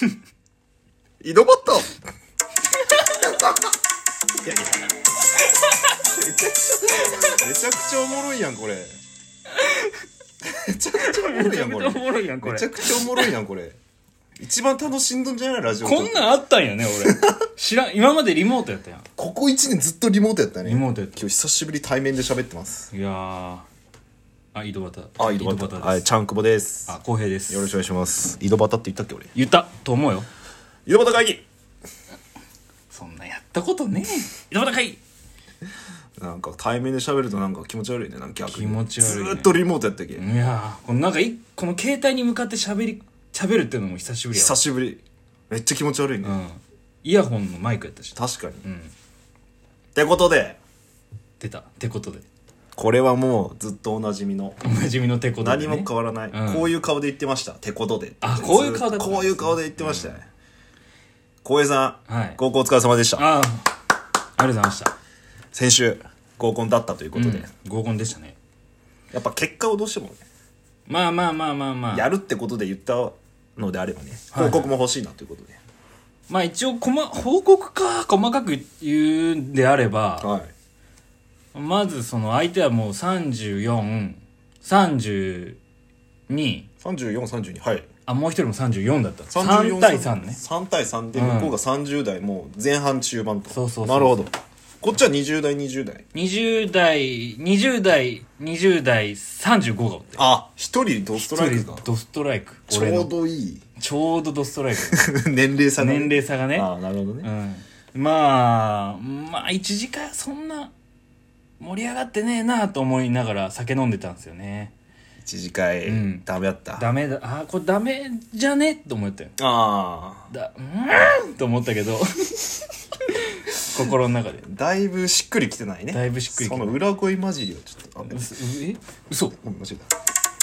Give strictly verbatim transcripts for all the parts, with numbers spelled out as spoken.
井戸端いやいやめちゃくちゃめちゃくちゃおもろいやんこれめちゃくちゃおもろいやんこれめちゃくちゃおもろいやんこれめちゃくちゃおもろいやんこれ一番楽しんどんじゃないラジオこんなんあったんやね俺知らん今までリモートやったやんここいちねんずっとリモートやったねリモートやった今日久しぶり対面で喋ってますいやーあ井戸端あ井戸端ですはいちゃんくぼですあ浩平ですよろしくお願いします井戸端って言ったっけ俺言ったと思うよ井戸端会議そんなやったことねえ井戸端会議なんか対面で喋るとなんか気持ち悪いねなんか逆に気持ち悪いねずーっとリモートやったっけ、 いやーこのなんかいこの携帯に向かって喋り喋るっていうのも久しぶりやわ久しぶりめっちゃ気持ち悪いね、 うんイヤホンのマイクやったし確かに、 うんってことで出たってことでこれはもうずっとおなじみのおなじみのてことで、ね、 何も変わらない、 うんこういう顔で言ってましたてことであこういう顔だったこういう顔で言ってましたね浩、平、さん、 はい合コンお疲れ様でしたああありがとうございました先週合コンだったということで、 うん合コンでしたねやっぱ結果をどうしてもね、 まあまあまあまあまあやるってことで言ったのであればねはい報告も欲しいなということで、 まあ一応こ、ま、報告か細かく言うんであれば、 はいまずその相手はもうさんじゅうよん、さんじゅうに、 さんじゅうよん、さんじゅうにはいあもう一人もさんじゅうよんだったさんじゅうよんさん対さんねさん対さんでうん向こうがさんじゅう代もう前半中盤とそうそうそうなるほどこっちはにじゅう代にじゅう代にじゅう代にじゅう代にじゅう代さんじゅうごがおってあ一人ドストライクが一人ドストライクちょうどいいちょうどドストライク年齢差がね年齢差がねああなるほどね、 うんまあまあいちじかんそんな盛り上がってねえなと思いながら酒飲んでたんですよね一次会、 うん、 ダメだったダメだあこれダメじゃねと思ったよああだうーんと思ったけど心の中でだいぶしっくりきてないねだいぶしっくりきてないその裏声混じりをちょっとあうえ嘘ごめん間違えた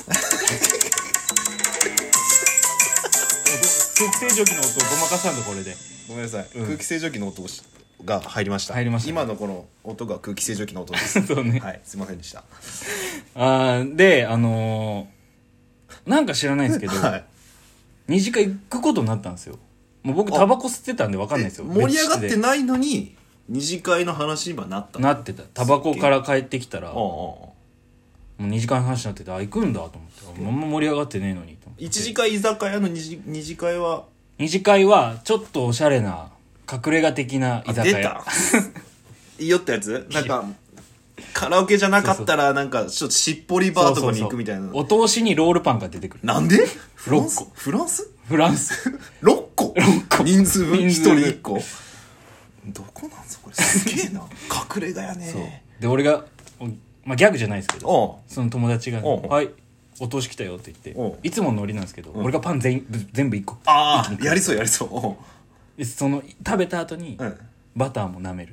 空気清浄機の音をごまかさんとこれでごめんなさい、 うん空気清浄機の音をしが入りました入りましたね今のこの音が空気清浄機の音ですそうねはいすいませんでしたあーであのー、なんか知らないんですけど、 はい二次会行くことになったんですよもう僕タバコ吸ってたんで分かんないですよ盛り上がって別室ないのに二次会の話にはなったでなってたタバコから帰ってきたらああもう二次会の話になっててあ行くんだと思ってあんま盛り上がってねえのにと思って一次会居酒屋の二次二次会は二次会はちょっとおしゃれな隠れ家的な居酒屋出たいいよってやつなんかカラオケじゃなかったらなんかちょっとしっぽりバーとかに行くみたいなそうそうそうお通しにロールパンが出てくるなんでフランスろっこフランスフランスろっこ人数分一人数分人一個どこなんすこれすげえな隠れ家やそうねで俺が、まあ、ギャグじゃないですけどおうその友達がおう 「はいお通し来たよ」って言おうっていつものノリなんですけど俺がパン全部全部いっこあ一気に食うあやりそうやりそうおうでその食べた後にうんバターも舐める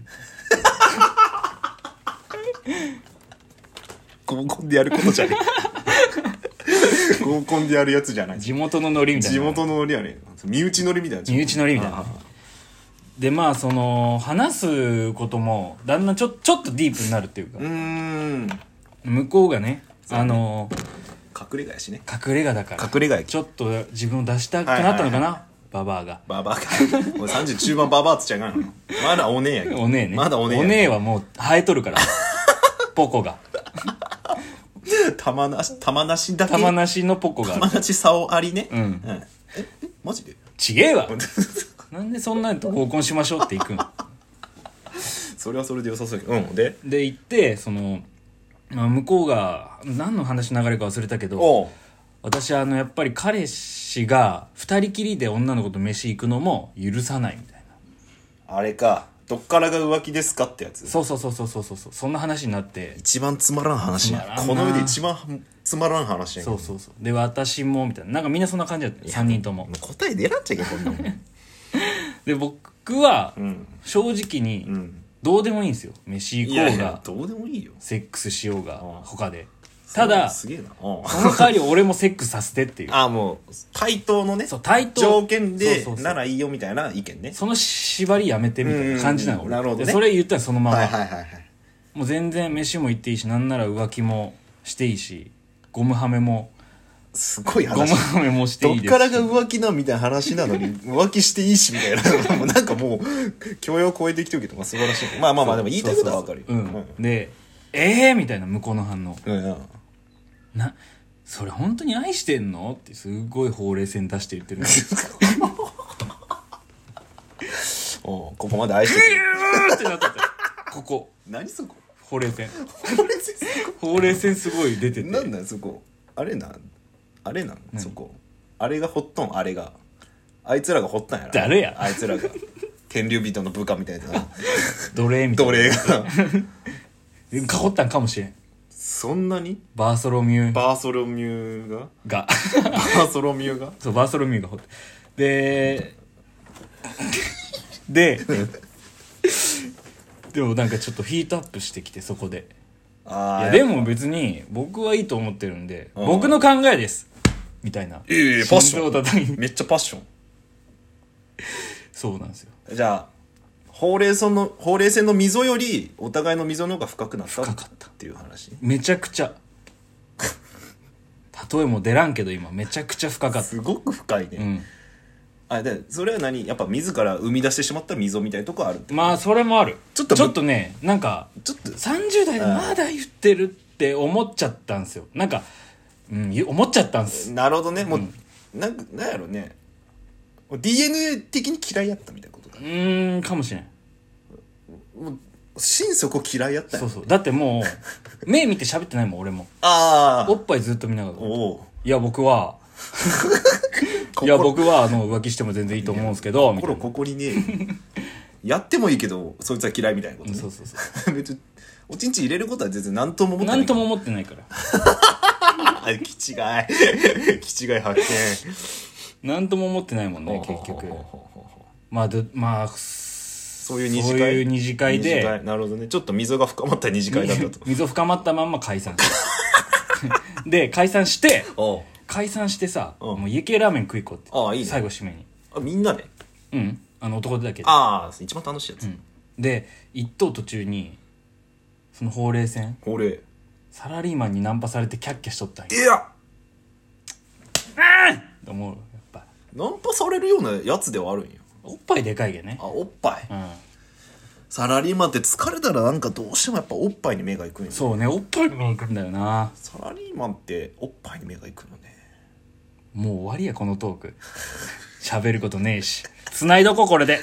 合コンでやることじゃねえ合コンでやるやつじゃない地元のノリみたいな地元のノリやね身内ノリみたいな身内ノリみたいなあでまあその話すこともだんだんちょちょっとディープになるっていうかーうーん向こうがねそうねあの隠れ家やしね隠れ家だから隠れ家やちょっと自分を出したくなったのかはいはいなババアがババアかもうさんじゅう中盤ババアっつっちゃいかんのまだおねえやけどおねえねまだおねえやおねえはもう生えとるからポコが玉なし玉なしだけ玉なしのポコがある玉なし竿ありねうんええマジでちげえわなんでそんなんと合コンしましょうって行くんそれはそれで良さそうやけどうんでで行ってその、まあ、向こうが何の話の流れか忘れたけどおう私あのやっぱり彼氏が二人きりで女の子と飯行くのも許さないみたいなあれかどっからが浮気ですかってやつそうそうそうそうそうそうそんな話になって一番つまらん話やつまらんなこの世で一番つまらん話やんそうそうそうで私もみたいななんかみんなそんな感じだったさんにんとももう答え出らんちゃいけんこんなもんで僕はうん正直にうんどうでもいいんですよ飯行こうがいやいやどうでもいいよセックスしようがうん他でただすげえなうんその代わり俺もセックスさせてっていうあもう対等のねそう対等条件でそうそうそうならいいよみたいな意見ねその縛りやめてみたいな感じなの俺うんなるほどねでそれ言ったらそのまま、 はいはいはいはいもう全然飯も行っていいしなんなら浮気もしていいしゴムはめもすごいご話まめもしていいですしどっからが浮気なみたいな話なのに浮気していいしみたいなもうなんかもう許容を超えてきてるけど、まあ、素晴らしい。まあまあまあでも言いたいことはわかるよ。 そうそうそううんでえーみたいな向こうの反応うんうんなそれ本当に愛してんのってすごいほうれい線出して言ってるおうここまで愛してギるューってなってたここ何そこほうれい線ほうれい線ほうれい線すごい出ててなんなんそこあれなんあれなん何そこあれがほっとんあれがあいつらがほったんやろ誰やあいつらが天竜人の部下みたいな奴隷みたいな奴隷がかほったんかもしれんそんなにバーソロミューバーソロミューががバーソロミューがそうバーソロミューがほってでででもなんかちょっとヒートアップしてきてそこであーいやでも別に僕はいいと思ってるんでうん僕の考えですみたいないやいやいやパッション心臓叩いめっちゃパッションそうなんですよじゃあほうれい線のほうれい線の溝よりお互いの溝の方が深くなった深かったっていう話。 めちゃくちゃ例えも出らんけど今めちゃくちゃ深かったすごく深いね、 うんあでそれは何やっぱ自ら生み出してしまった溝みたいなとこあるって、 まあそれもあるちょっとちょっとねなんかちょっとさんじゅう代でまだ言ってるって思っちゃったんですよなんか、うん、思っちゃったんですなるほどねもう、 うんなんかなんやろね ディーエヌエー 的に嫌いやったみたいなことだうーんかもしれんもう心底嫌いやったんやそうそうだってもう目見て喋ってないもん俺もああおっぱいずっと見ながらおおいや僕はいや僕はあの浮気しても全然いいと思うんですけどみたいな心ここにねやってもいいけどそいつは嫌いみたいなこと、ね、 そうそうそう別におちんちん入れることは全然何とも思ってない何とも思ってないからあ気違い気違い発見何とも思ってないもんね結局まあでまあそういう二次会そういう二次会で二次会なるほどねちょっと溝が深まった二次会だったと溝深まったまんま解散したで解散しておう解散してさうんもう家系ラーメン食い行こうってああいいね最後締めにあみんなでうんあの男だけでああ一番楽しいやつ、 うんで一等途中にそのほうれい線これサラリーマンにナンパされてキャッキャしとったんよいやと思うやっぱナンパされるようなやつではあるんよおっぱいでかいけどねあおっぱいうんサラリーマンって疲れたらなんかどうしてもやっぱおっぱいに目がいくんよそうねおっぱいに目いくんだよなサラリーマンっておっぱいに目がいくのねもう終わりやこのトーク喋ることねえし繋いどここれで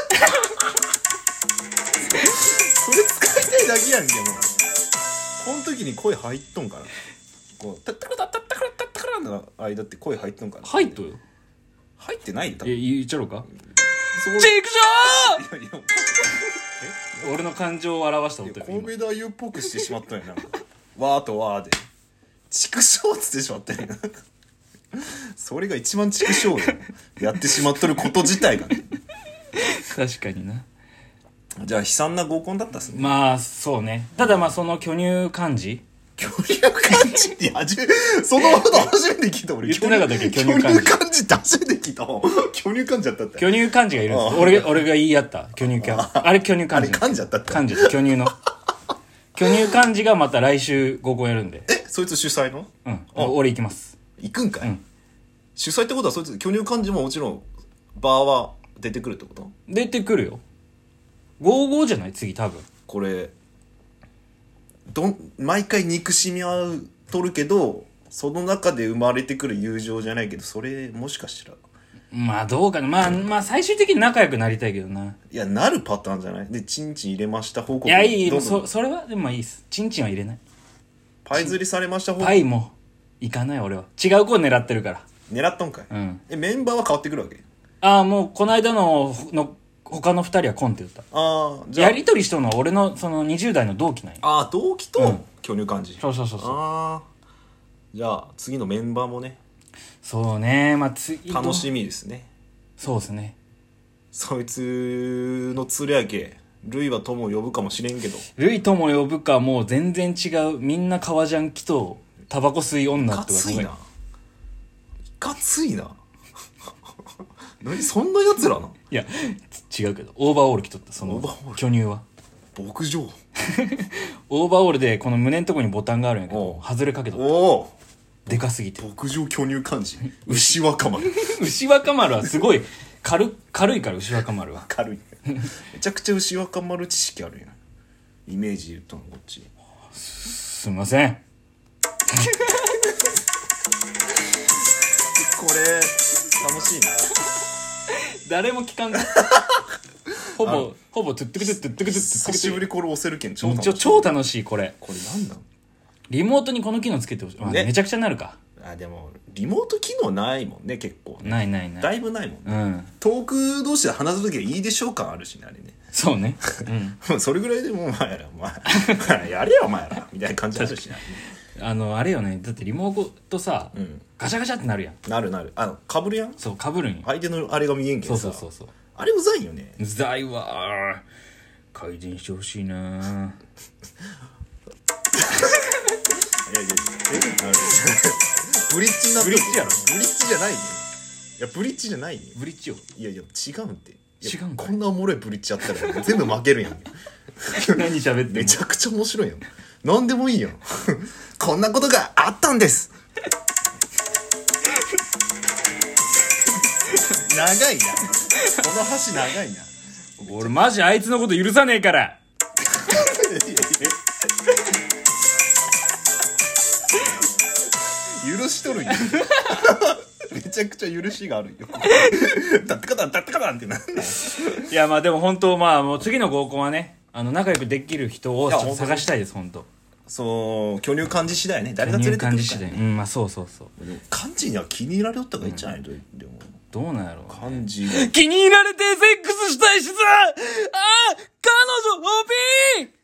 それ使いたいだけやんけもうこの時に声入っとんからこうタッタカラタッタッタカラタッタカラの間って声入っとんから入っとよ入ってないよ多え分言っちゃろうかそこチクシいやいやョー俺の感情を表した音よ神戸大優っぽくしてしまったんやなわーとわーで畜生っつってしまったんやなそれが一番畜生よやってしまっとること自体がね確かになじゃあ悲惨な合コンだったっすねまあそうねただまあその巨乳漢字巨乳漢字って初めそのこと初めて聞いた俺言ってなかったっけ巨巨乳漢字乳漢字って初めて聞いた巨乳漢字だったって巨乳漢字がいるんですああ俺が俺が言い合った巨乳漢あれ巨乳漢字あれ漢字だったって漢字巨乳の巨乳漢字がまた来週合コンやるんでえそいつ主催のうんあ俺行きます行くんかい、 うん主催ってことはそいつ巨乳漢字ももちろんバーは出てくるってこと出てくるよごじゅうごじゃない次多分これどん毎回憎しみ合うとるけどその中で生まれてくる友情じゃないけどそれもしかしたらまあどうかなまあまあ最終的に仲良くなりたいけどないやなるパターンじゃないでチンチン入れました報告いやいいいいどんどんそそれはでもいいっすチンチンは入れないパイ釣りされました報告パイもいかない俺は違う子を狙ってるから狙っとんかい、 うんえメンバーは変わってくるわけああもうこの間のの他の二人はコンって言ったああじゃあやりとりしとんのは俺のそのにじゅう代の同期なんよああ同期うんと巨乳漢字、 そうそうそうそうああじゃあ次のメンバーもねそうねまあ次楽しみですねそうですねそいつの連れやけルイは友を呼ぶかもしれんけどルイとも呼ぶかもう全然違うみんな革ジャン着とタバコ吸い女いかってごめんついないかついな何そんなやつらないや違うけどオーバーオール着とったそのオーバーオール巨乳は牧場オーバーオールでこの胸のとこにボタンがあるんやけどおう外れかけとったおおでかすぎて。 牧場巨乳漢字牛若丸牛若丸はすごい軽軽いから、牛若丸は軽いめちゃくちゃ牛若丸知識あるやん。イメージ言うとこっち。 すみませんこれ楽しいな。 誰も聞かんないほぼほぼトゥットゥクトゥットゥットゥクトゥットゥットゥク久しぶりこれ押せるけん超楽しい。 ちょ超楽しいこれ。 これなんなん。 リモートにこの機能つけてほしい、まあねめちゃくちゃになるか。 あでもリモート機能ないもんね結構ね。 ないないない。 だいぶないもんね、 うん遠く同士で話す時はいいでしょう感あるしねあれね。 そうねうんそれぐらいでもうお前らお前やれよお前らみたいな感じあるしな。 あのあれよね、だってリモートさ、 うんガチャガチャってなるやん。 なるなる。あのかぶるやん。 そうかぶるんよ。 相手のあれが見えんけそどさ。 うそうそうそう。 あれうざいよね。 うざいわー、改善してほしいなー。 いやいやえあのブリッジになってる。 ブリッジやろ。 ブリッジじゃないよ。いやブリッジじゃないよ。 ブリッジよ。 いやいや違うんって。いや違うんかいこんなおもろいブリッジやったら全部負けるやん。 何喋ってもめちゃくちゃ面白いやん。なんでもいいやん。こんなことがあったんです。長いな。この橋長いな。 俺マジあいつのこと許さねえから許しとるんや。めちゃくちゃ許しがあるよ。だってかだんだってかだんってなんなん。 いやまあでも本当まあもう次の合コンはね、あの仲良くできる人をちょっと探したいです本当。 そう巨乳漢字次第ね。誰が連れてくるか、ね、 感じ次第。うんまあそうそうそう。 漢字には気に入られよった方がいいんじゃない、うん、でもどうなんやろう、ね、 漢字気に入られてセックスしたいしさあ、彼女ホピー